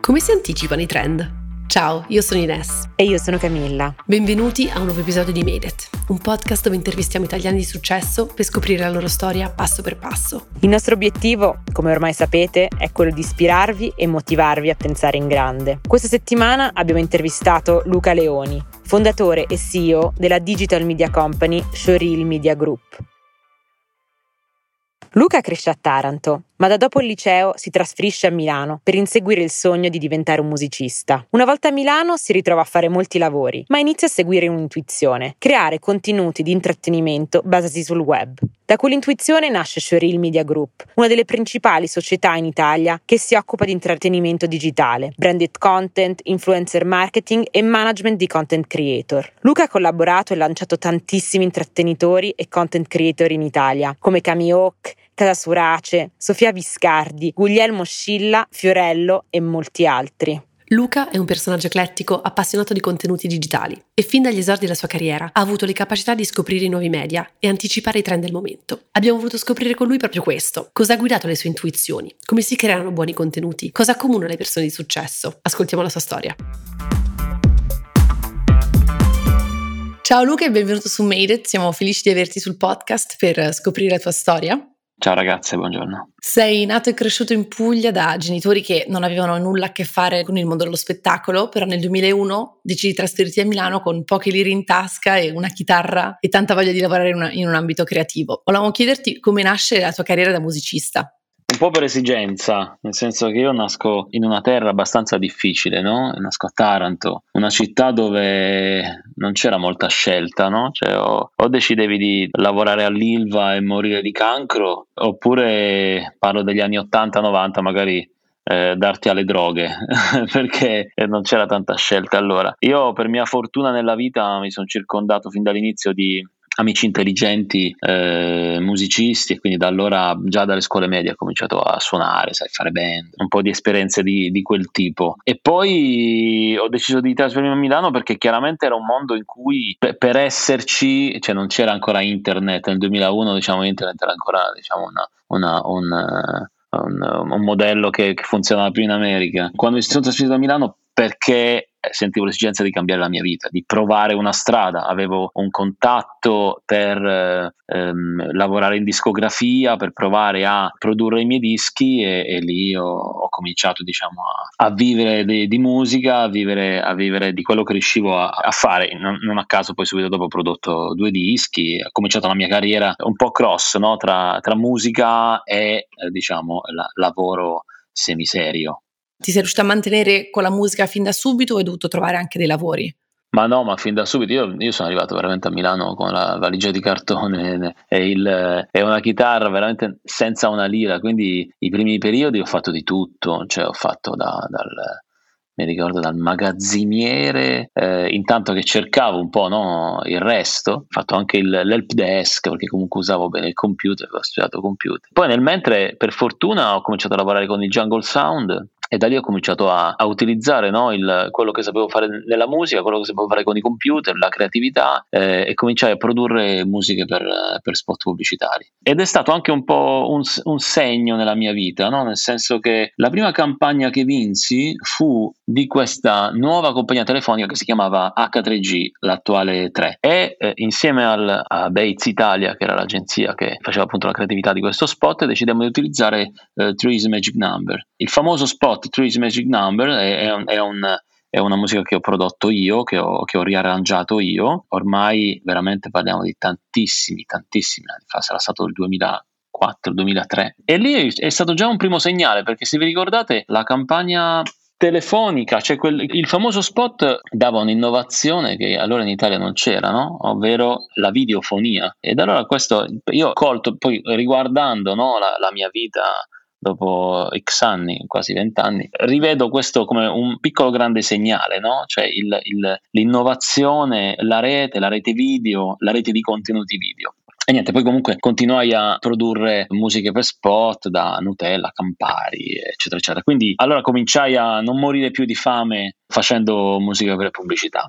Come si anticipano i trend? Ciao, io sono Ines. E io sono Camilla. Benvenuti a un nuovo episodio di Made It, un podcast dove intervistiamo italiani di successo per scoprire la loro storia passo per passo. Il nostro obiettivo, come ormai sapete, è quello di ispirarvi e motivarvi a pensare in grande. Questa settimana abbiamo intervistato Luca Leoni, fondatore e CEO della digital media company Showreel Media Group. Luca cresce a Taranto, ma da dopo il liceo si trasferisce a Milano per inseguire il sogno di diventare un musicista. Una volta a Milano si ritrova a fare molti lavori, ma inizia a seguire un'intuizione: creare contenuti di intrattenimento basati sul web. Da quell'intuizione nasce Showreel Media Group, una delle principali società in Italia che si occupa di intrattenimento digitale, branded content, influencer marketing e management di content creator. Luca ha collaborato e lanciato tantissimi intrattenitori e content creator in Italia, come Cami Hawk, Casa Surace, Sofia Viscardi, Guglielmo Scilla, Fiorello e molti altri. Luca è un personaggio eclettico appassionato di contenuti digitali e fin dagli esordi della sua carriera ha avuto le capacità di scoprire i nuovi media e anticipare i trend del momento. Abbiamo voluto scoprire con lui proprio questo: cosa ha guidato le sue intuizioni, come si creano buoni contenuti, cosa accomuna le persone di successo. Ascoltiamo la sua storia. Ciao Luca e benvenuto su Made It, siamo felici di averti sul podcast per scoprire la tua storia. Ciao ragazze, buongiorno. Sei nato e cresciuto in Puglia da genitori che non avevano nulla a che fare con il mondo dello spettacolo, però nel 2001 decidi di trasferirti a Milano con poche lire in tasca e una chitarra e tanta voglia di lavorare in un ambito creativo. Volevamo chiederti come nasce la tua carriera da musicista. Un po' per esigenza, nel senso che io nasco in una terra abbastanza difficile, no? Nasco a Taranto, una città dove non c'era molta scelta, no? Cioè, o decidevi di lavorare all'Ilva e morire di cancro, oppure, parlo degli anni 80-90, magari darti alle droghe, perché non c'era tanta scelta allora. Io, per mia fortuna nella vita, mi sono circondato fin dall'inizio di amici intelligenti, musicisti, e quindi da allora, già dalle scuole medie, ho cominciato a suonare, sai, fare band, un po' di esperienze di quel tipo. E poi ho deciso di trasferirmi a Milano perché chiaramente era un mondo in cui per esserci, cioè non c'era ancora internet, nel 2001 diciamo internet era ancora un modello che funzionava più in America. Quando mi sono trasferito a Milano, perché sentivo l'esigenza di cambiare la mia vita, di provare una strada. Avevo un contatto per lavorare in discografia, per provare a produrre i miei dischi, e lì ho cominciato, diciamo, a vivere di musica, a vivere di quello che riuscivo a fare. Non a caso poi subito dopo ho prodotto 2 dischi, ho cominciato la mia carriera un po' cross, no? tra musica e diciamo lavoro semiserio. Ti sei riuscito a mantenere con la musica fin da subito o hai dovuto trovare anche dei lavori? Ma no, ma fin da subito io sono arrivato veramente a Milano con la valigia di cartone e una chitarra, veramente senza una lira, quindi i primi periodi ho fatto di tutto, cioè ho fatto mi ricordo dal magazziniere, intanto che cercavo un po', no, il resto. Ho fatto anche l'help desk, perché comunque usavo bene il computer, ho studiato computer. Poi nel mentre, per fortuna, ho cominciato a lavorare con il Jungle Sound, e da lì ho cominciato a utilizzare, no, quello che sapevo fare nella musica, quello che sapevo fare con i computer, la creatività, e cominciai a produrre musiche per spot pubblicitari. Ed è stato anche un po' un segno nella mia vita, no? Nel senso che la prima campagna che vinsi fu di questa nuova compagnia telefonica che si chiamava H3G, l'attuale 3, e insieme a Bates Italia, che era l'agenzia che faceva appunto la creatività di questo spot, decidemmo di utilizzare Three's Magic Number. Il famoso spot Three's Magic Number è una musica che ho prodotto io, che ho riarrangiato io. Ormai veramente parliamo di tantissimi anni fa, sarà stato il 2004-2003, e lì è stato già un primo segnale, perché se vi ricordate la campagna telefonica, cioè il famoso spot dava un'innovazione che allora in Italia non c'era, no? Ovvero la videofonia. Ed allora questo io ho colto, poi riguardando, no, la mia vita dopo X anni, quasi 20 anni, rivedo questo come un piccolo grande segnale, no? Cioè l'innovazione, la rete video, la rete di contenuti video. E niente, poi comunque continuai a produrre musiche per spot da Nutella, Campari, eccetera, eccetera. Quindi allora cominciai a non morire più di fame facendo musica per pubblicità.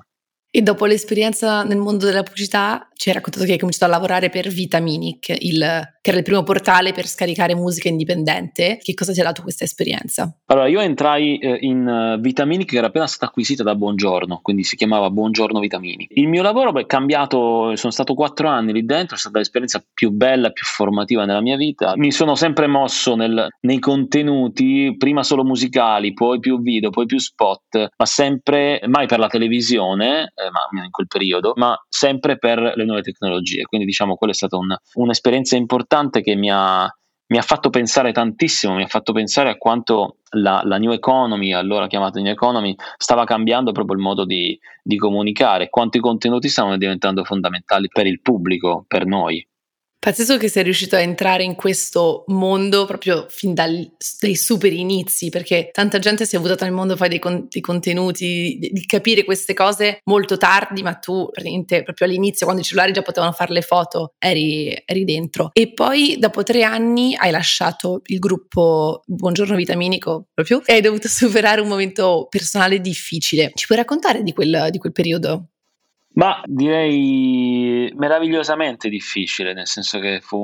E dopo l'esperienza nel mondo della pubblicità ci hai raccontato che hai cominciato a lavorare per Vitaminic, che era il primo portale per scaricare musica indipendente. Che cosa ti ha dato questa esperienza? Allora, io entrai in Vitaminic, che era appena stata acquisita da Buongiorno, quindi si chiamava Buongiorno Vitaminic. Il mio lavoro è cambiato, sono stato 4 anni lì dentro, è stata l'esperienza più bella, più formativa nella mia vita. Mi sono sempre mosso nei contenuti, prima solo musicali, poi più video, poi più spot, ma sempre, mai per la televisione, ma in quel periodo, ma sempre per le nuove tecnologie. Quindi diciamo quella è stata un'esperienza importante che mi ha fatto pensare tantissimo, mi ha fatto pensare a quanto la new economy, allora chiamata new economy, stava cambiando proprio il modo di comunicare, quanto i contenuti stavano diventando fondamentali per il pubblico, per noi. Pazzesco che sei riuscito a entrare in questo mondo proprio fin dai super inizi, perché tanta gente si è buttata nel mondo poi dei contenuti, di capire queste cose molto tardi, ma tu praticamente proprio all'inizio, quando i cellulari già potevano fare le foto, eri dentro. E poi dopo 3 anni hai lasciato il gruppo Buongiorno Vitaminico proprio e hai dovuto superare un momento personale difficile. Ci puoi raccontare di quel periodo? Ma direi meravigliosamente difficile, nel senso che fu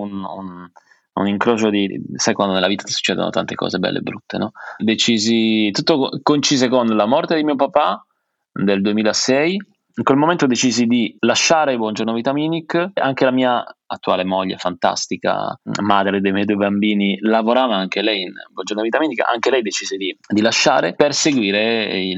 un incrocio sai, quando nella vita ti succedono tante cose belle e brutte, no? Tutto coincise con la morte di mio papà del 2006. In quel momento decisi di lasciare Buongiorno Vitaminic. Anche la mia attuale moglie, fantastica, madre dei miei 2 bambini, lavorava anche lei in Buongiorno Vitaminica. Anche lei decise di lasciare per seguire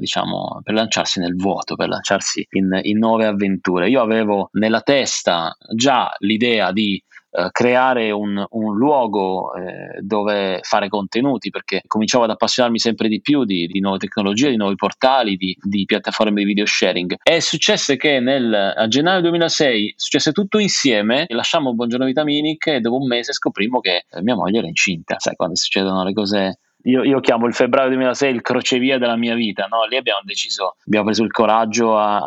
per lanciarsi nel vuoto, per lanciarsi in nuove avventure. Io avevo nella testa già l'idea di creare un luogo dove fare contenuti, perché cominciavo ad appassionarmi sempre di più di nuove tecnologie, di nuovi portali, di piattaforme di video sharing. E successe che a gennaio 2006 successe tutto insieme, e lasciammo Buongiorno Vitaminic e dopo un mese scoprimmo che mia moglie era incinta. Sai, quando succedono le cose, io chiamo il febbraio 2006 il crocevia della mia vita, no? Lì abbiamo preso il coraggio a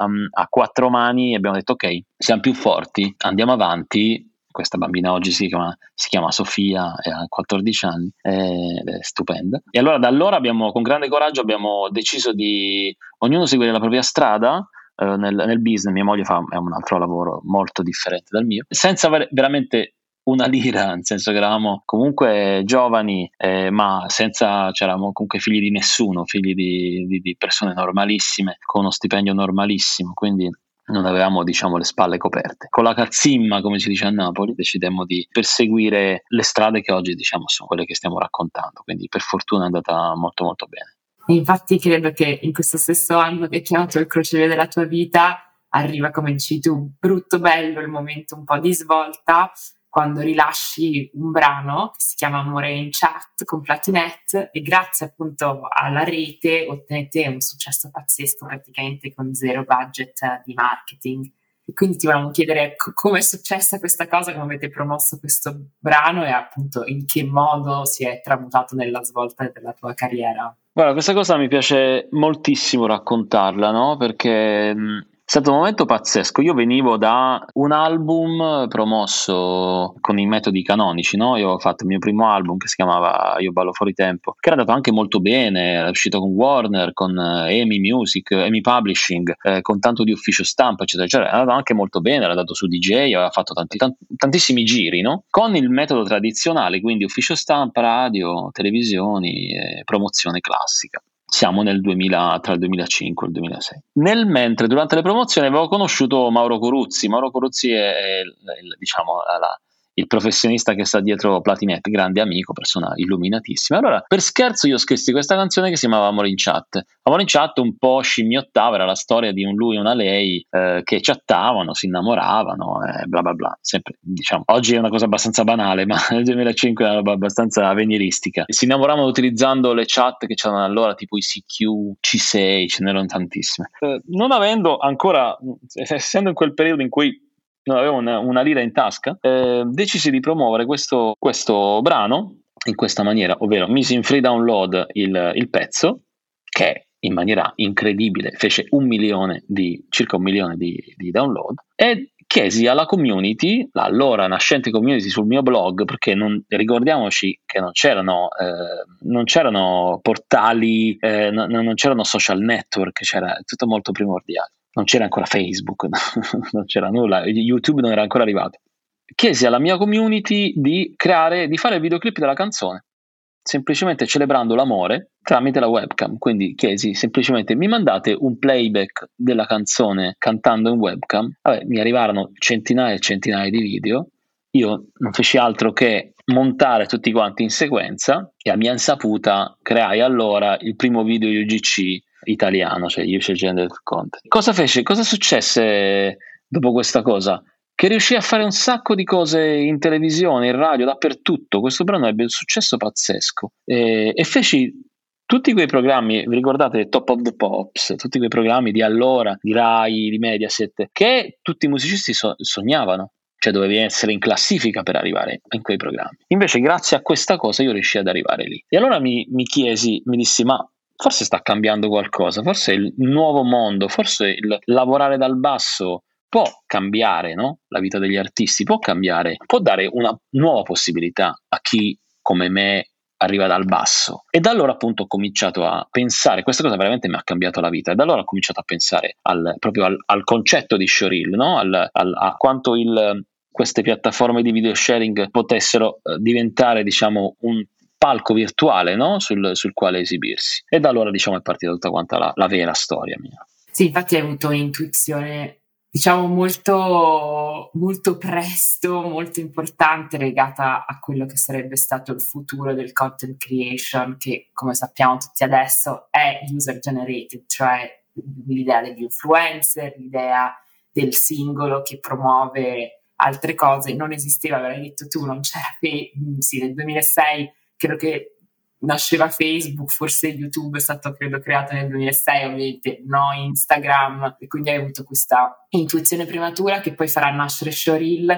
4 mani e abbiamo detto: ok, siamo più forti, andiamo avanti. Questa bambina oggi si chiama Sofia e ha 14 anni, ed è stupenda. E allora da allora con grande coraggio abbiamo deciso di ognuno seguire la propria strada nel business. Mia moglie fa un altro lavoro molto differente dal mio, senza avere veramente una lira, nel senso che eravamo comunque giovani, ma c'eravamo comunque figli di nessuno, figli di persone normalissime, con uno stipendio normalissimo, quindi non avevamo, diciamo, le spalle coperte. Con la cazzimma, come si dice a Napoli, decidemmo di perseguire le strade che oggi, diciamo, sono quelle che stiamo raccontando, quindi per fortuna è andata molto molto bene. Infatti credo che in questo stesso anno che hai chiamato il crocevia della tua vita arriva, come dici tu, brutto bello, il momento un po' di svolta, quando rilasci un brano che si chiama Amore in Chat con Platinet, e grazie appunto alla rete ottenete un successo pazzesco, praticamente con 0 budget di marketing. E quindi ti volevamo chiedere come è successa questa cosa, come avete promosso questo brano e appunto in che modo si è tramutato nella svolta della tua carriera. Guarda, questa cosa mi piace moltissimo raccontarla, no? Perché è stato un momento pazzesco. Io venivo da un album promosso con i metodi canonici, no? Io ho fatto il mio primo album che si chiamava Io ballo fuori tempo, che era andato anche molto bene, era uscito con Warner, con EMI Music, EMI Publishing, con tanto di ufficio stampa, eccetera, eccetera. Era andato anche molto bene, era andato su DJ, aveva fatto tantissimi giri, no? Con il metodo tradizionale, quindi ufficio stampa, radio, televisioni, promozione classica. Siamo nel 2000, tra il 2005 e il 2006. Mentre durante le promozioni avevo conosciuto Mauro Coruzzi. Mauro Coruzzi è il professionista che sta dietro Platinet, grande amico, persona illuminatissima. Allora, per scherzo, io scrissi questa canzone che si chiamava Amore in Chat. Amore in Chat un po' scimmiottava, era la storia di un lui e una lei che chattavano, si innamoravano, bla bla bla. Sempre, diciamo, oggi è una cosa abbastanza banale, ma nel 2005 era una roba abbastanza avveniristica. Si innamoravano utilizzando le chat che c'erano allora, tipo ICQ, C6, ce n'erano tantissime. Non avendo ancora, essendo in quel periodo in cui non avevo una lira in tasca, decisi di promuovere questo brano in questa maniera, ovvero misi in free download il pezzo, che in maniera incredibile fece circa 1 milione di download, e chiesi alla community, l'allora nascente community sul mio blog, perché ricordiamoci che non c'erano portali, non c'erano social network, c'era tutto molto primordiale. non c'era ancora Facebook, non c'era nulla, YouTube non era ancora arrivato. Chiesi alla mia community di fare il videoclip della canzone, semplicemente celebrando l'amore tramite la webcam. Quindi chiesi semplicemente: mi mandate un playback della canzone cantando in webcam? Mi arrivarono centinaia e centinaia di video. Io non feci altro che montare tutti quanti in sequenza e a mia insaputa creai allora il primo video UGC italiano, cioè User Generated Content. Cosa successe dopo questa cosa? Che riuscì a fare un sacco di cose in televisione, in radio, dappertutto. Questo brano ebbe un successo pazzesco e feci tutti quei programmi, vi ricordate Top of the Pops, tutti quei programmi di allora, di Rai, di Mediaset, che tutti i musicisti sognavano, cioè dovevi essere in classifica per arrivare in quei programmi. Invece grazie a questa cosa io riuscii ad arrivare lì. E allora mi dissi, ma forse sta cambiando qualcosa, forse il nuovo mondo, forse il lavorare dal basso può cambiare, no? La vita degli artisti può cambiare, può dare una nuova possibilità a chi come me arriva dal basso. E da allora appunto ho cominciato a pensare, questa cosa veramente mi ha cambiato la vita, e da allora ho cominciato a pensare proprio al concetto di showreel, no? A quanto queste piattaforme di video sharing potessero diventare, diciamo, un palco virtuale, no? sul quale esibirsi. E da allora, diciamo, è partita tutta quanta la vera storia mia. Sì, infatti hai avuto un'intuizione, diciamo, molto, molto presto, molto importante, legata a quello che sarebbe stato il futuro del content creation, che come sappiamo tutti adesso è user generated, cioè l'idea degli influencer, l'idea del singolo che promuove altre cose. Non esisteva, l'hai detto tu, non c'era sì, nel 2006 credo che nasceva Facebook, forse YouTube è stato credo creato nel 2006, ovviamente no Instagram, e quindi hai avuto questa intuizione prematura che poi farà nascere showreel.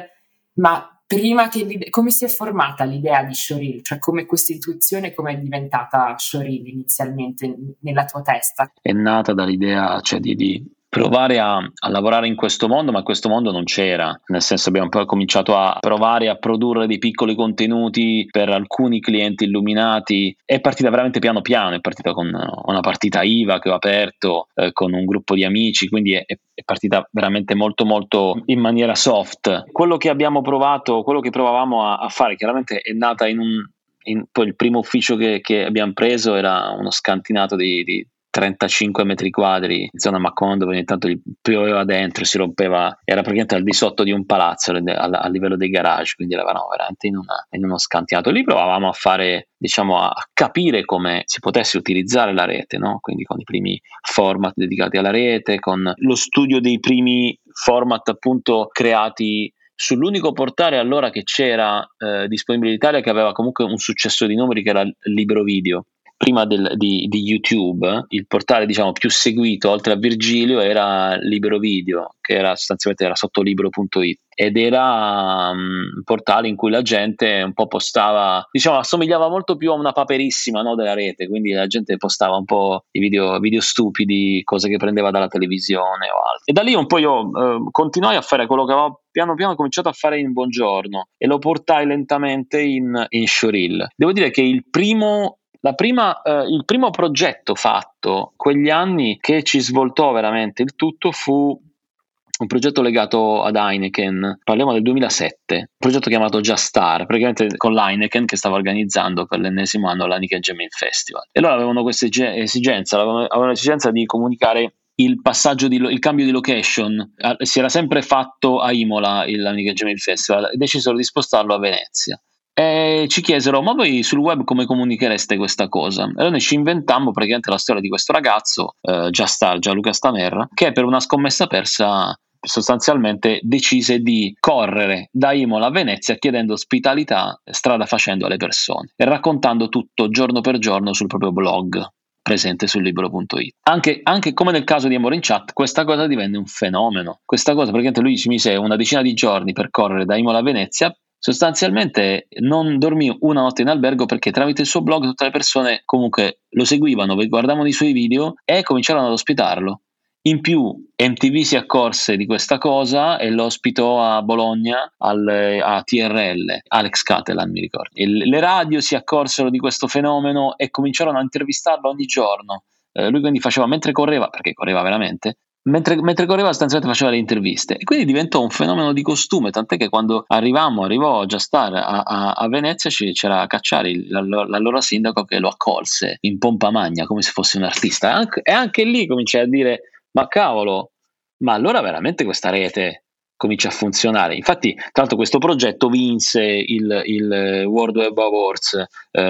Ma prima che come si è formata l'idea di showreel, cioè come questa intuizione, come è diventata showreel inizialmente nella tua testa? È nata dall'idea, cioè di provare a lavorare in questo mondo, ma questo mondo non c'era, nel senso abbiamo poi cominciato a provare a produrre dei piccoli contenuti per alcuni clienti illuminati. È partita veramente piano piano, è partita con una partita IVA che ho aperto con un gruppo di amici, quindi è partita veramente molto molto in maniera soft. Quello che abbiamo provato, quello che provavamo a fare, chiaramente è nata poi il primo ufficio che abbiamo preso era uno scantinato di 35 metri quadri in zona Macondo, dove ogni tanto pioveva dentro, si rompeva, era praticamente al di sotto di un palazzo a livello dei garage, quindi eravamo veramente in uno scantinato. Lì provavamo a fare, diciamo, a capire come si potesse utilizzare la rete, no? Quindi con i primi format dedicati alla rete, con lo studio dei primi format appunto creati sull'unico portale allora che c'era disponibile in Italia, che aveva comunque un successo di numeri, che era Libero Video. Prima di YouTube, il portale, diciamo, più seguito oltre a Virgilio era Libero Video, che era sostanzialmente sotto libero.it, ed era un portale in cui la gente un po' postava, diciamo, assomigliava molto più a una paperissima, no, della rete, quindi la gente postava un po' i video stupidi, cose che prendeva dalla televisione o altro. E da lì un po' io continuai a fare quello che avevo piano piano cominciato a fare in Buongiorno, e lo portai lentamente in showreel. Devo dire che il primo progetto fatto quegli anni che ci svoltò veramente il tutto fu un progetto legato ad Heineken, parliamo del 2007, un progetto chiamato Just Star, praticamente con l'Heineken, che stava organizzando per l'ennesimo anno l'Heineken Jamming Festival. E loro avevano questa esigenza, avevano l'esigenza di comunicare il passaggio il cambio di location. Si era sempre fatto a Imola l'Heineken Jamming Festival, e decisero di spostarlo a Venezia. E ci chiesero: ma voi sul web come comunichereste questa cosa? E allora noi ci inventammo praticamente la storia di questo ragazzo, Gianluca Stamerra, che per una scommessa persa sostanzialmente decise di correre da Imola a Venezia chiedendo ospitalità strada facendo alle persone e raccontando tutto giorno per giorno sul proprio blog presente sul libero.it. Anche come nel caso di Amore in Chat, questa cosa divenne un fenomeno. Questa cosa praticamente lui ci mise una decina di giorni per correre da Imola a Venezia. Sostanzialmente non dormì una notte in albergo, perché tramite il suo blog tutte le persone comunque lo seguivano, guardavano i suoi video e cominciarono ad ospitarlo. In più MTV si accorse di questa cosa e lo ospitò a Bologna a TRL, Alex Catalan mi ricordo. Le radio si accorsero di questo fenomeno e cominciarono a intervistarlo ogni giorno. Lui quindi faceva, mentre correva, perché correva veramente, mentre correva sostanzialmente faceva le interviste, e quindi diventò un fenomeno di costume, tant'è che quando arrivò Just Star a Venezia c'era Cacciari, l'allora sindaco, che lo accolse in pompa magna come se fosse un artista, e anche lì cominciai a dire: ma cavolo, ma allora veramente questa rete comincia a funzionare. Infatti, tra l'altro, questo progetto vinse il World Web Awards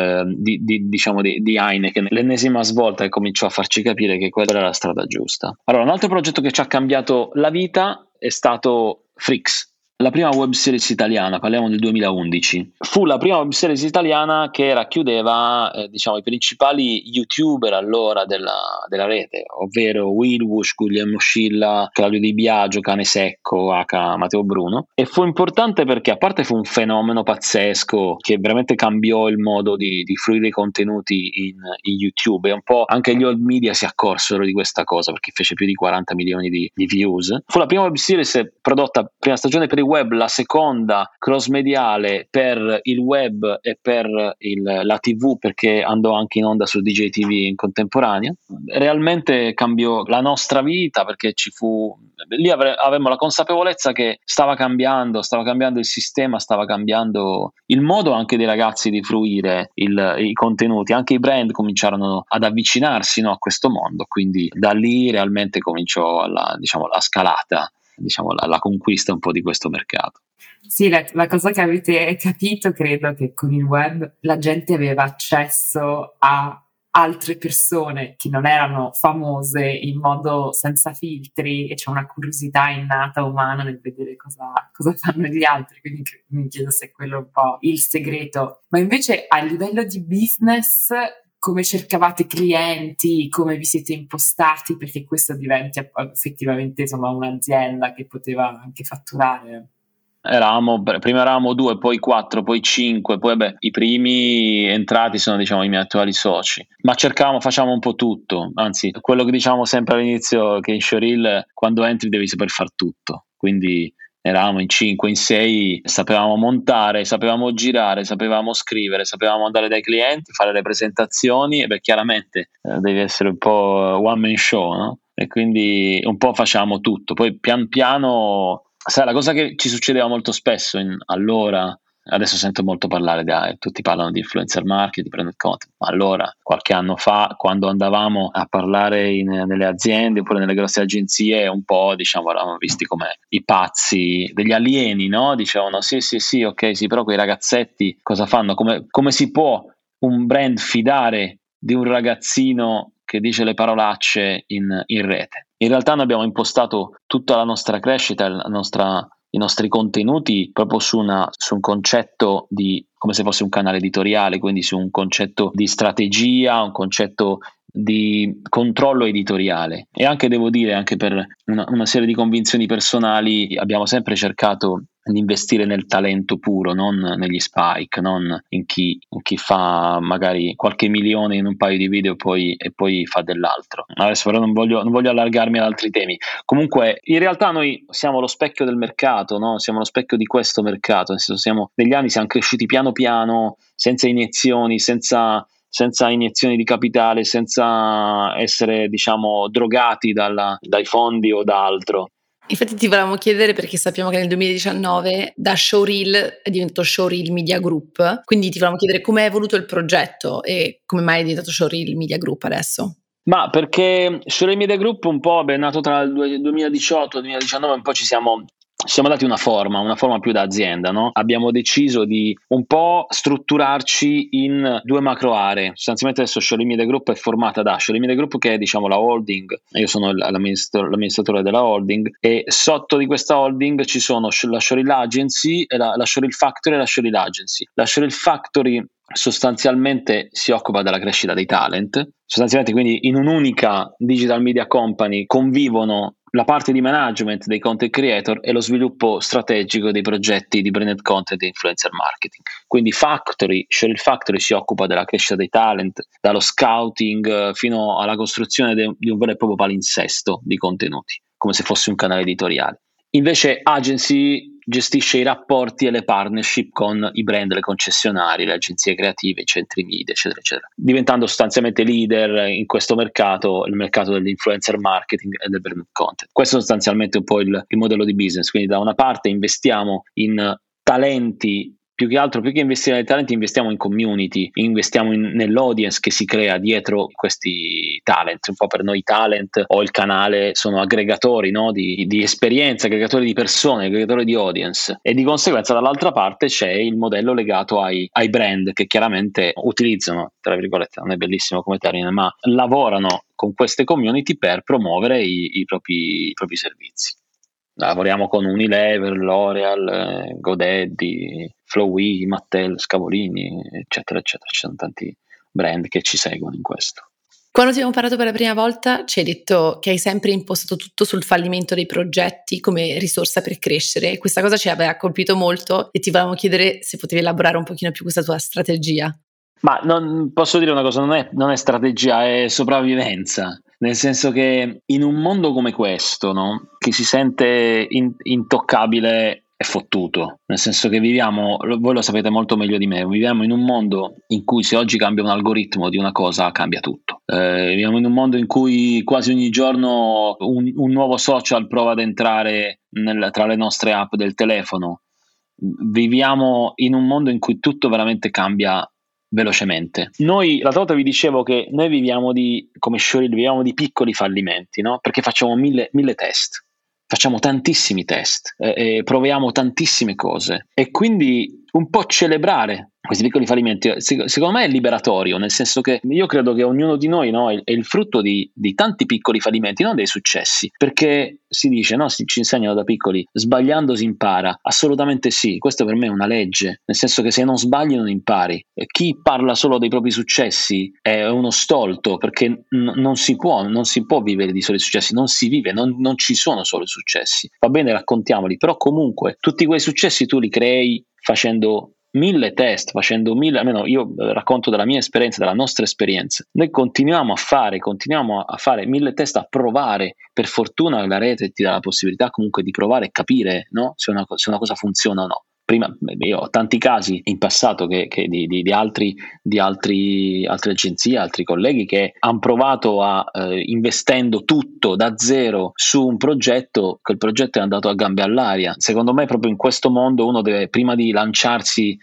di Heineken, l'ennesima svolta che cominciò a farci capire che quella era la strada giusta. Allora, un altro progetto che ci ha cambiato la vita è stato Freaks. La prima web series italiana, parliamo del 2011, fu la prima web series italiana che racchiudeva i principali youtuber allora della rete, ovvero Will Wush, Guglielmo Scilla, Claudio Di Biagio, Cane Secco, Matteo Bruno. E fu importante perché, a parte, fu un fenomeno pazzesco che veramente cambiò il modo di fruire i contenuti in YouTube, e un po' anche gli old media si accorsero di questa cosa perché fece più di 40 milioni di views. Fu la prima web series prodotta, prima stagione per il web, la seconda cross mediale per il web e per la TV, perché andò anche in onda su DJ TV in contemporanea. Realmente cambiò la nostra vita, perché lì avevamo la consapevolezza che stava cambiando il sistema, stava cambiando il modo anche dei ragazzi di fruire i contenuti, anche i brand cominciarono ad avvicinarsi, no, a questo mondo, quindi da lì realmente cominciò la scalata, la conquista un po' di questo mercato. Sì, la cosa che avete capito, credo, che con il web la gente aveva accesso a altre persone che non erano famose in modo senza filtri, e c'è una curiosità innata umana nel vedere cosa fanno gli altri, quindi mi chiedo se quello è un po' il segreto. Ma invece a livello di business, come cercavate clienti, come vi siete impostati perché questo diventi effettivamente un'azienda che poteva anche fatturare? Prima eravamo 2, poi 4, poi 5, poi i primi entrati sono i miei attuali soci, ma facciamo un po' tutto, anzi quello che diciamo sempre all'inizio, che in Showreel quando entri devi saper far tutto, quindi eravamo in 5, in 6, sapevamo montare, sapevamo girare, sapevamo scrivere, sapevamo andare dai clienti, fare le presentazioni, e chiaramente devi essere un po' one man show, no? E quindi un po' facciamo tutto, poi pian piano. Sai, la cosa che ci succedeva molto spesso allora, adesso sento molto parlare tutti parlano di influencer marketing, di branded content, ma allora, qualche anno fa, quando andavamo a parlare nelle aziende oppure nelle grosse agenzie, un po' eravamo visti come i pazzi, degli alieni, no? Dicevano sì, ok, sì, però quei ragazzetti cosa fanno? Come si può un brand fidare di un ragazzino che dice le parolacce in rete? In realtà noi abbiamo impostato tutta la nostra crescita, i nostri contenuti proprio su un concetto di, come se fosse un canale editoriale, quindi su un concetto di strategia, un concetto di controllo editoriale. E anche, devo dire, anche per una serie di convinzioni personali, abbiamo sempre cercato di investire nel talento puro, non negli spike, non in chi fa magari qualche milione in un paio di video e poi fa dell'altro. Adesso però non voglio allargarmi ad altri temi. Comunque, in realtà noi siamo lo specchio del mercato, no? Siamo lo specchio di questo mercato, nel senso, negli anni siamo cresciuti piano piano, senza iniezioni, senza iniezioni di capitale, senza essere drogati dai fondi o da altro. Infatti ti volevamo chiedere, perché sappiamo che nel 2019 da Showreel è diventato Showreel Media Group, quindi ti volevamo chiedere come è evoluto il progetto e come mai è diventato Showreel Media Group adesso. Ma perché Showreel Media Group un po' è nato tra il 2018 e il 2019, un po' ci siamo dati una forma più da azienda, no? Abbiamo deciso di un po' strutturarci in 2 macro aree. Sostanzialmente adesso Showreel Media Group è formata da Showreel Media Group, che è la holding, io sono l'amministratore della holding, e sotto di questa holding ci sono la Showreel Agency, la Showreel Factory e la Showreel Agency. La Showreel Factory sostanzialmente si occupa della crescita dei talent, sostanzialmente, quindi in un'unica digital media company convivono la parte di management dei content creator e lo sviluppo strategico dei progetti di branded content e influencer marketing. Quindi Showreel Factory si occupa della crescita dei talent, dallo scouting fino alla costruzione di un vero e proprio palinsesto di contenuti, come se fosse un canale editoriale. Invece Agency gestisce i rapporti e le partnership con i brand, le concessionarie, le agenzie creative, i centri media, eccetera, eccetera, diventando sostanzialmente leader in questo mercato, il mercato dell'influencer marketing e del brand content. Questo è sostanzialmente un po' il modello di business. Quindi da una parte investiamo in talenti, più che investire nei talenti investiamo in community, investiamo nell'audience che si crea dietro questi talent. Un po' per noi talent o il canale sono aggregatori, no? di esperienze, aggregatori di persone, aggregatori di audience, e di conseguenza dall'altra parte c'è il modello legato ai brand che chiaramente utilizzano, tra virgolette, non è bellissimo come termine, ma lavorano con queste community per promuovere i propri servizi. Lavoriamo con Unilever, L'Oreal, GoDaddy, Flowey, Mattel, Scavolini, eccetera, eccetera. Ci sono tanti brand che ci seguono in questo. Quando ti abbiamo parlato per la prima volta ci hai detto che hai sempre impostato tutto sul fallimento dei progetti come risorsa per crescere. Questa cosa ci aveva colpito molto e ti volevamo chiedere se potevi elaborare un pochino più questa tua strategia. Ma non posso dire una cosa, non è strategia, è sopravvivenza. Nel senso che in un mondo come questo, no, chi si sente intoccabile è fottuto, nel senso che viviamo, voi lo sapete molto meglio di me, viviamo in un mondo in cui se oggi cambia un algoritmo di una cosa cambia tutto. Viviamo in un mondo in cui quasi ogni giorno un nuovo social prova ad entrare tra le nostre app del telefono. Viviamo in un mondo in cui tutto veramente cambia velocemente. Noi, l'altra volta vi dicevo che noi viviamo come Showreel, viviamo di piccoli fallimenti, no? Perché facciamo mille test, facciamo tantissimi test, proviamo tantissime cose, e quindi un po' celebrare questi piccoli fallimenti secondo me è liberatorio, nel senso che io credo che ognuno di noi, no, è il frutto di tanti piccoli fallimenti, non dei successi, perché si dice, no, ci insegnano da piccoli, sbagliando si impara. Assolutamente sì, questo per me è una legge, nel senso che se non sbagli non impari. Chi parla solo dei propri successi è uno stolto, perché non si può vivere di soli successi, non si vive, non ci sono solo successi, va bene, raccontiamoli, però comunque tutti quei successi tu li crei facendo 1000 test, almeno io racconto della mia esperienza, della nostra esperienza. Noi continuiamo a fare 1000 test, a provare. Per fortuna la rete ti dà la possibilità comunque di provare e capire, no, se una cosa funziona o no. Prima io ho tanti casi in passato che di altre agenzie, altri colleghi che hanno provato investendo tutto da zero su un progetto, quel progetto è andato a gambe all'aria. Secondo me proprio in questo mondo uno deve, prima di lanciarsi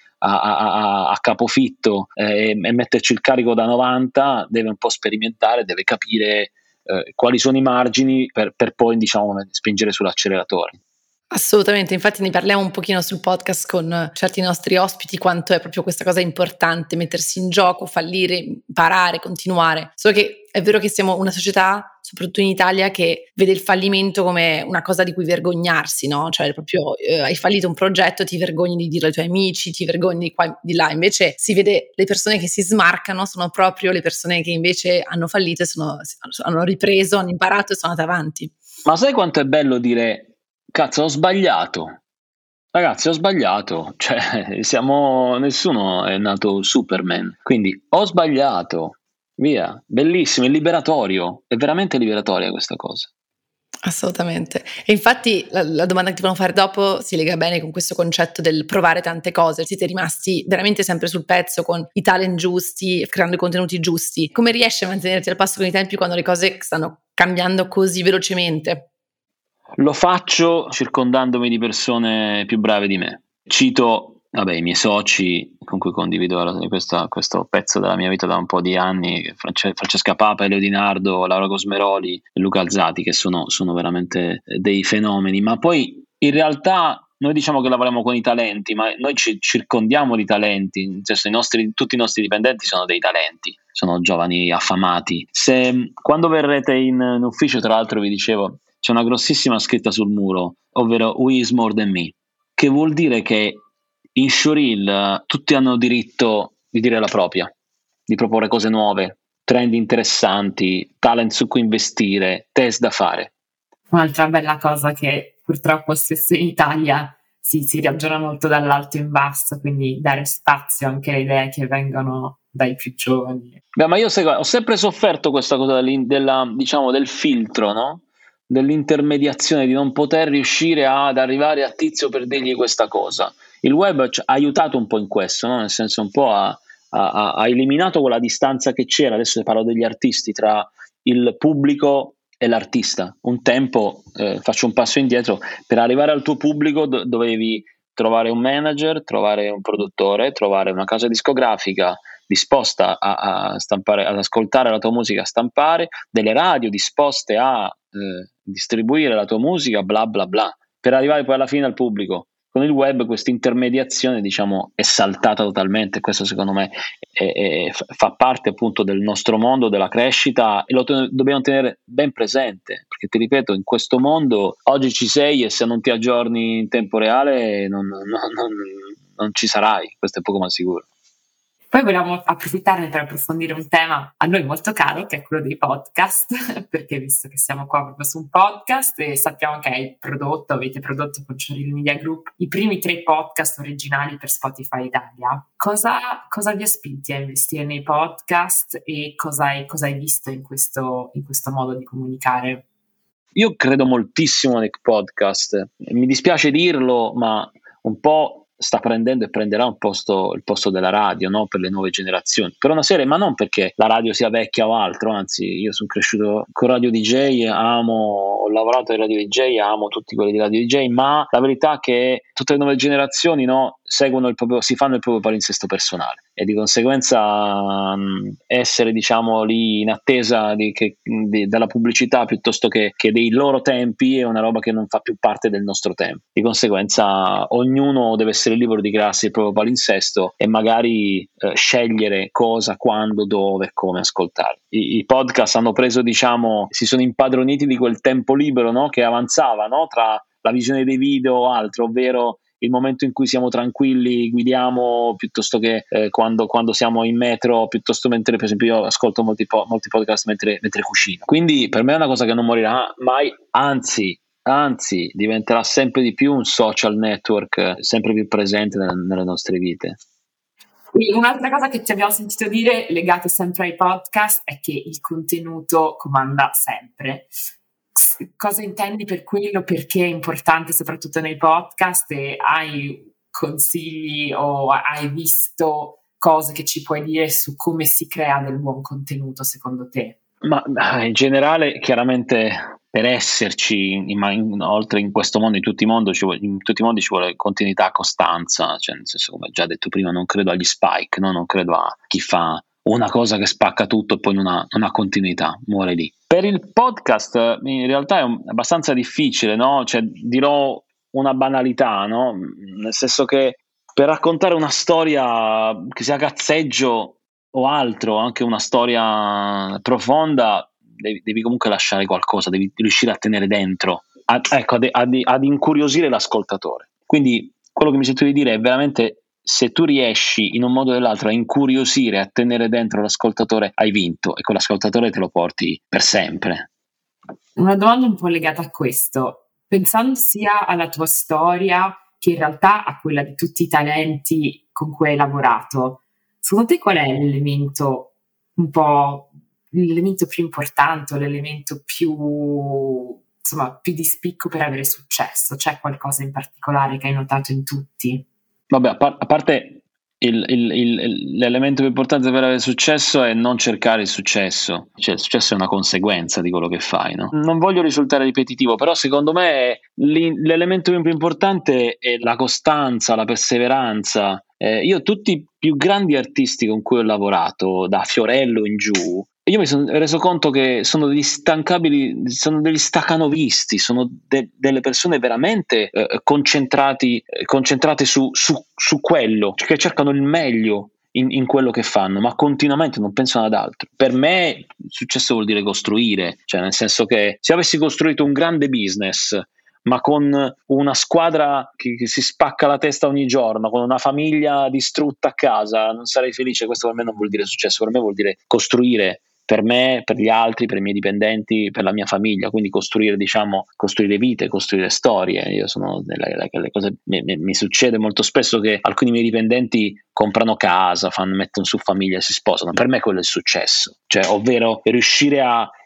a capofitto e metterci il carico da 90, deve un po' sperimentare, deve capire quali sono i margini per poi, diciamo, spingere sull'acceleratore. Assolutamente, infatti ne parliamo un pochino sul podcast con certi nostri ospiti, quanto è proprio questa cosa importante, mettersi in gioco, fallire, imparare, continuare. Solo che è vero che siamo una società, soprattutto in Italia, che vede il fallimento come una cosa di cui vergognarsi, no? Cioè proprio hai fallito un progetto, ti vergogni di dirlo ai tuoi amici, ti vergogni di qua, di là. Invece si vede le persone che si smarcano sono proprio le persone che invece hanno fallito, hanno ripreso, hanno imparato e sono andate avanti. Ma sai quanto è bello dire: cazzo, ho sbagliato, ragazzi, ho sbagliato, cioè nessuno è nato Superman, quindi ho sbagliato, via, bellissimo, è liberatorio, è veramente liberatoria questa cosa. Assolutamente. E infatti la domanda che ti volevo fare dopo si lega bene con questo concetto del provare tante cose. Siete rimasti veramente sempre sul pezzo con i talent giusti, creando i contenuti giusti. Come riesci a mantenerti al passo con i tempi quando le cose stanno cambiando così velocemente? Lo faccio circondandomi di persone più brave di me. Cito, i miei soci con cui condivido questo pezzo della mia vita da un po' di anni, Francesca Papa, Elio Di Nardo, Laura Cosmeroli e Luca Alzati, che sono veramente dei fenomeni. Ma poi in realtà noi diciamo che lavoriamo con i talenti, ma noi ci circondiamo di talenti, nel senso tutti i nostri dipendenti sono dei talenti, sono giovani affamati. Quando verrete in ufficio, tra l'altro vi dicevo, c'è una grossissima scritta sul muro, ovvero "Who is more than me", che vuol dire che in Showreel tutti hanno diritto di dire la propria, di proporre cose nuove, trend interessanti, talent su cui investire, test da fare. Un'altra bella cosa che purtroppo spesso in Italia si ragiona molto dall'alto in basso, quindi dare spazio anche alle idee che vengono dai più giovani. Ma io ho sempre sofferto questa cosa del filtro, no? dell'intermediazione, di non poter riuscire ad arrivare a Tizio per dirgli questa cosa. Il web ha aiutato un po' in questo, no? Nel senso un po' ha eliminato quella distanza che c'era, adesso parlo degli artisti, tra il pubblico e l'artista. Un tempo, faccio un passo indietro, per arrivare al tuo pubblico dovevi trovare un manager, trovare un produttore, trovare una casa discografica disposta a stampare, ad ascoltare la tua musica, a stampare, delle radio disposte a distribuire la tua musica, bla bla bla, per arrivare poi alla fine al pubblico. Con il web questa intermediazione, diciamo, è saltata totalmente. Questo secondo me fa parte appunto del nostro mondo, della crescita, e lo dobbiamo tenere ben presente, perché ti ripeto, in questo mondo oggi ci sei e se non ti aggiorni in tempo reale non ci sarai, questo è poco ma sicuro. Poi vogliamo approfittarne per approfondire un tema a noi molto caro, che è quello dei podcast, perché visto che siamo qua proprio su un podcast e sappiamo che avete prodotto con Cioril Media Group i primi 3 podcast originali per Spotify Italia, cosa vi ha spinti a investire nei podcast e cosa hai visto in questo modo di comunicare? Io credo moltissimo nei podcast, mi dispiace dirlo, ma un po' sta prendendo e prenderà il posto della radio, no? Per le nuove generazioni, per una serie, ma non perché la radio sia vecchia o altro, anzi io sono cresciuto con Radio DJ, ho lavorato in Radio DJ, amo tutti quelli di Radio DJ, ma la verità è che tutte le nuove generazioni, no, si fanno il proprio palinsesto personale e di conseguenza essere, diciamo, lì in attesa della pubblicità piuttosto che dei loro tempi è una roba che non fa più parte del nostro tempo. Di conseguenza ognuno deve essere libero di crearsi il proprio palinsesto e magari scegliere cosa, quando, dove, come ascoltare. I podcast hanno preso, diciamo, si sono impadroniti di quel tempo libero, no, che avanzava, no, tra la visione dei video o altro, ovvero il momento in cui siamo tranquilli, guidiamo, piuttosto che quando siamo in metro, piuttosto mentre, per esempio, io ascolto molti podcast mentre cucino. Quindi per me è una cosa che non morirà mai, anzi diventerà sempre di più un social network sempre più presente nelle nostre vite. Un'altra cosa che ti abbiamo sentito dire, legato sempre ai podcast, è che il contenuto comanda sempre. Cosa intendi per quello? Perché è importante soprattutto nei podcast? E hai consigli o hai visto cose che ci puoi dire su come si crea del buon contenuto secondo te? Ma in generale, chiaramente, per esserci oltre in questo mondo, in tutti i mondi ci vuole continuità, costanza, cioè nel senso, come già detto prima, non credo agli spike, no? Non credo a chi fa una cosa che spacca tutto e poi non ha continuità, muore lì. Per il podcast in realtà è abbastanza difficile, no? Cioè, dirò una banalità, no? Nel senso che per raccontare una storia che sia cazzeggio o altro, anche una storia profonda, devi comunque lasciare qualcosa, devi riuscire a tenere dentro, ad incuriosire l'ascoltatore. Quindi quello che mi sento di dire è veramente, se tu riesci in un modo o nell'altro a incuriosire, a tenere dentro l'ascoltatore, hai vinto, e quell'ascoltatore te lo porti per sempre. Una domanda un po' legata a questo, pensando sia alla tua storia che in realtà a quella di tutti i talenti con cui hai lavorato, secondo te qual è l'elemento più importante, l'elemento più di spicco per avere successo? C'è qualcosa in particolare che hai notato in tutti? Vabbè, a parte l'elemento più importante per avere successo è non cercare il successo, cioè il successo è una conseguenza di quello che fai, no? Non voglio risultare ripetitivo, però secondo me l'elemento più importante è la costanza, la perseveranza. Io tutti i più grandi artisti con cui ho lavorato, da Fiorello in giù, io mi sono reso conto che sono degli stancabili, sono degli stacanovisti, sono delle persone veramente concentrate su quello, cioè che cercano il meglio in quello che fanno, ma continuamente non pensano ad altro. Per me successo vuol dire costruire, cioè nel senso che se avessi costruito un grande business ma con una squadra che si spacca la testa ogni giorno, con una famiglia distrutta a casa, non sarei felice. Questo per me non vuol dire successo, per me vuol dire costruire, per me, per gli altri, per i miei dipendenti, per la mia famiglia. Quindi costruire vite, costruire storie. Io sono le cose, mi succede molto spesso che alcuni miei dipendenti comprano casa, mettono su famiglia, si sposano. Per me quello è il successo, cioè ovvero riuscire a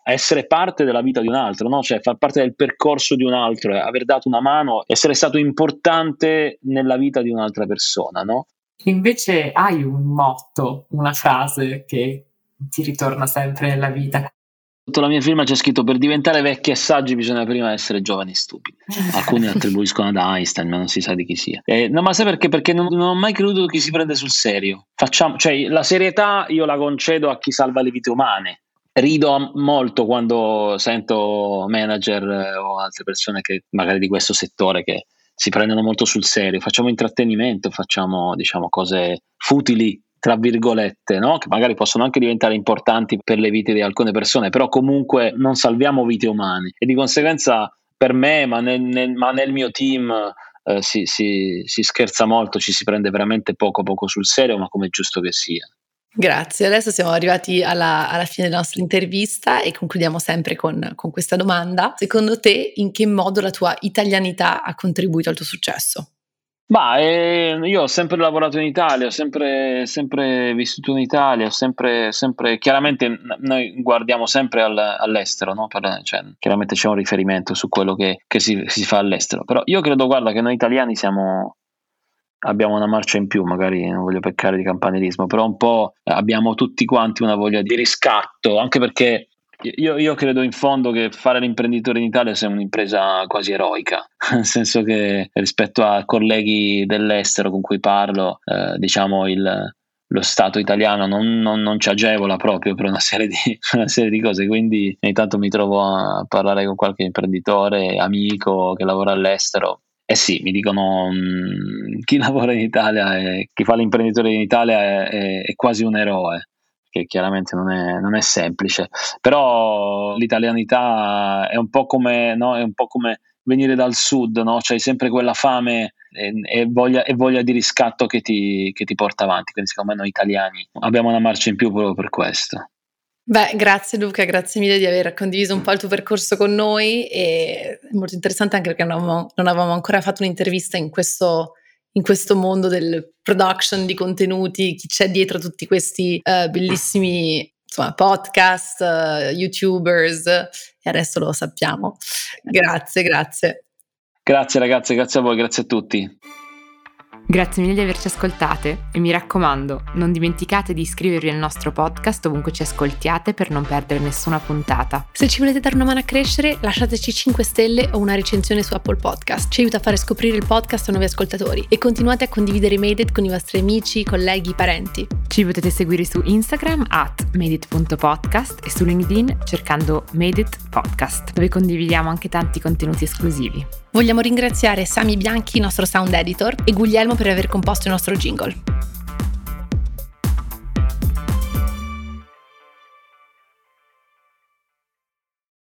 essere parte della vita di un altro, no? Cioè far parte del percorso di un altro, aver dato una mano, essere stato importante nella vita di un'altra persona, no? Invece hai un motto, una frase che ti ritorna sempre nella vita? Sotto la mia firma c'è scritto: per diventare vecchi e saggi bisogna prima essere giovani e stupidi. Alcuni attribuiscono ad Einstein, ma non si sa di chi sia. No, ma sai perché? Perché non ho mai creduto che si prende sul serio. Cioè, la serietà io la concedo a chi salva le vite umane. Rido molto quando sento manager o altre persone che magari di questo settore che si prendono molto sul serio. Facciamo intrattenimento, facciamo, diciamo, cose futili, tra virgolette, no? Che magari possono anche diventare importanti per le vite di alcune persone, però comunque non salviamo vite umane, e di conseguenza per me, ma nel mio team si scherza molto, ci si prende veramente poco sul serio, ma come è giusto che sia. Grazie, adesso siamo arrivati alla fine della nostra intervista e concludiamo sempre con questa domanda. Secondo te, in che modo la tua italianità ha contribuito al tuo successo? Io ho sempre lavorato in Italia, ho sempre vissuto in Italia, ho sempre chiaramente noi guardiamo sempre all'estero, no? Cioè, chiaramente c'è un riferimento su quello che si fa all'estero, però io credo, guarda, che noi italiani abbiamo una marcia in più, magari non voglio peccare di campanilismo, però un po' abbiamo tutti quanti una voglia di riscatto, anche perché io credo in fondo che fare l'imprenditore in Italia sia un'impresa quasi eroica, nel senso che rispetto a colleghi dell'estero con cui parlo, diciamo lo Stato italiano non ci agevola proprio per una serie di cose, quindi ogni tanto mi trovo a parlare con qualche imprenditore, amico che lavora all'estero. Eh sì, mi dicono chi lavora in Italia chi fa l'imprenditore in Italia è quasi un eroe, che chiaramente non è semplice, però l'italianità è un po' come, no? È un po' come venire dal sud, no? C'hai sempre quella fame e voglia di riscatto che ti porta avanti, quindi secondo me noi italiani abbiamo una marcia in più proprio per questo. Beh, grazie Luca, grazie mille di aver condiviso un po' il tuo percorso con noi, e è molto interessante anche perché non avevamo ancora fatto un'intervista in questo mondo del production di contenuti, chi c'è dietro tutti questi bellissimi, insomma, podcast, youtubers, e adesso lo sappiamo. Grazie. Grazie ragazze, grazie a voi, grazie a tutti. Grazie mille di averci ascoltate e mi raccomando, non dimenticate di iscrivervi al nostro podcast ovunque ci ascoltiate per non perdere nessuna puntata. Se ci volete dare una mano a crescere, lasciateci 5 stelle o una recensione su Apple Podcast. Ci aiuta a fare scoprire il podcast a nuovi ascoltatori, e continuate a condividere Made It con i vostri amici, colleghi, parenti. Ci potete seguire su Instagram @madeit.podcast e su LinkedIn cercando Made It Podcast, dove condividiamo anche tanti contenuti esclusivi. Vogliamo ringraziare Sami Bianchi, nostro sound editor, e Guglielmo per aver composto il nostro jingle.